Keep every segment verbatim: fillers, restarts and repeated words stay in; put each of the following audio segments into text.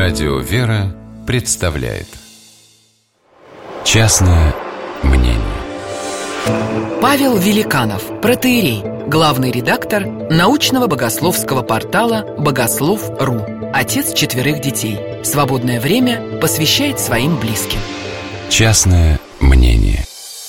Радио «Вера» представляет «Частное мнение». Павел Великанов, протоиерей, главный редактор научного богословского портала «Богослов точка ру», отец четверых детей. Свободное время посвящает своим близким. Частное мнение.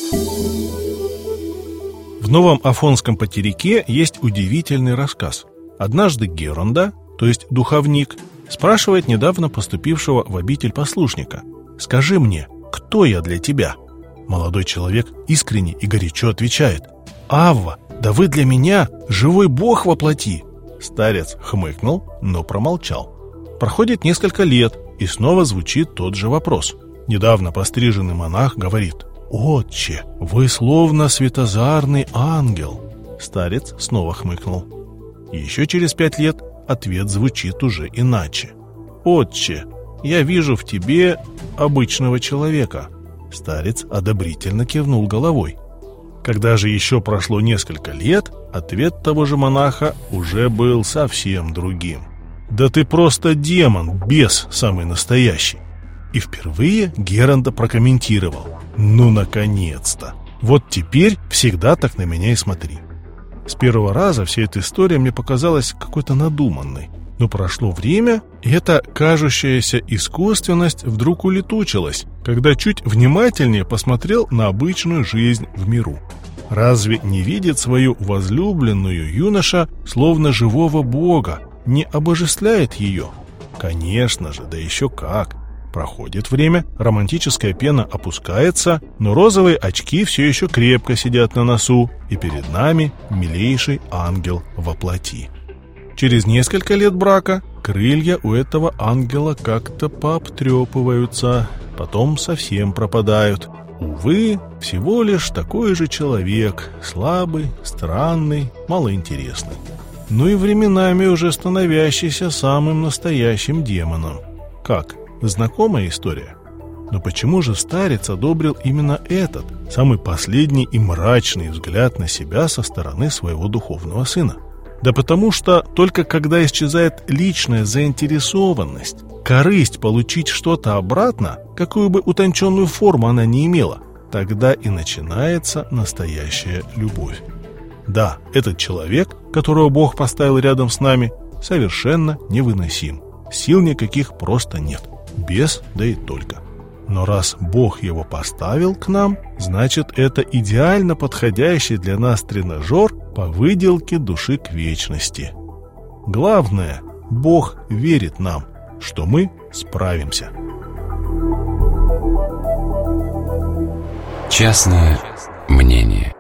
В Новом Афонском Патерике есть удивительный рассказ. Однажды Геронда, то есть духовник, спрашивает недавно поступившего в обитель послушника: «Скажи мне, кто я для тебя?» Молодой человек искренне и горячо отвечает: «Авва, да вы для меня живой Бог воплоти!» Старец хмыкнул, но промолчал. Проходит несколько лет, и снова звучит тот же вопрос. Недавно постриженный монах говорит: «Отче, вы словно светозарный ангел!» Старец снова хмыкнул. Еще через пять лет ответ звучит уже иначе: «Отче, я вижу в тебе обычного человека». Старец одобрительно кивнул головой. Когда же еще прошло несколько лет, ответ того же монаха уже был совсем другим: «Да ты просто демон, бес самый настоящий». И впервые Геронда прокомментировал: «Ну, наконец-то! Вот теперь всегда так на меня и смотри». С первого раза вся эта история мне показалась какой-то надуманной. Но прошло время, и эта кажущаяся искусственность вдруг улетучилась, когда чуть внимательнее посмотрел на обычную жизнь в миру. Разве не видит свою возлюбленную юноша словно живого бога, не обожествляет ее? Конечно же, да еще как! Проходит время, романтическая пена опускается, но розовые очки все еще крепко сидят на носу, и перед нами милейший ангел во плоти. Через несколько лет брака крылья у этого ангела как-то пообтрепываются, потом совсем пропадают. Увы, всего лишь такой же человек, слабый, странный, малоинтересный. Ну и временами уже становящийся самым настоящим демоном. Как? Знакомая история? Но почему же старец одобрил именно этот, самый последний и мрачный взгляд на себя со стороны своего духовного сына? Да потому что только когда исчезает личная заинтересованность, корысть получить что-то обратно, какую бы утонченную форму она ни имела, тогда и начинается настоящая любовь. Да, этот человек, которого Бог поставил рядом с нами, совершенно невыносим. Сил никаких просто нет. Бес, да и только. Но раз Бог его поставил к нам, значит, это идеально подходящий для нас тренажер по выделке души к вечности. Главное, Бог верит нам, что мы справимся. Частное мнение.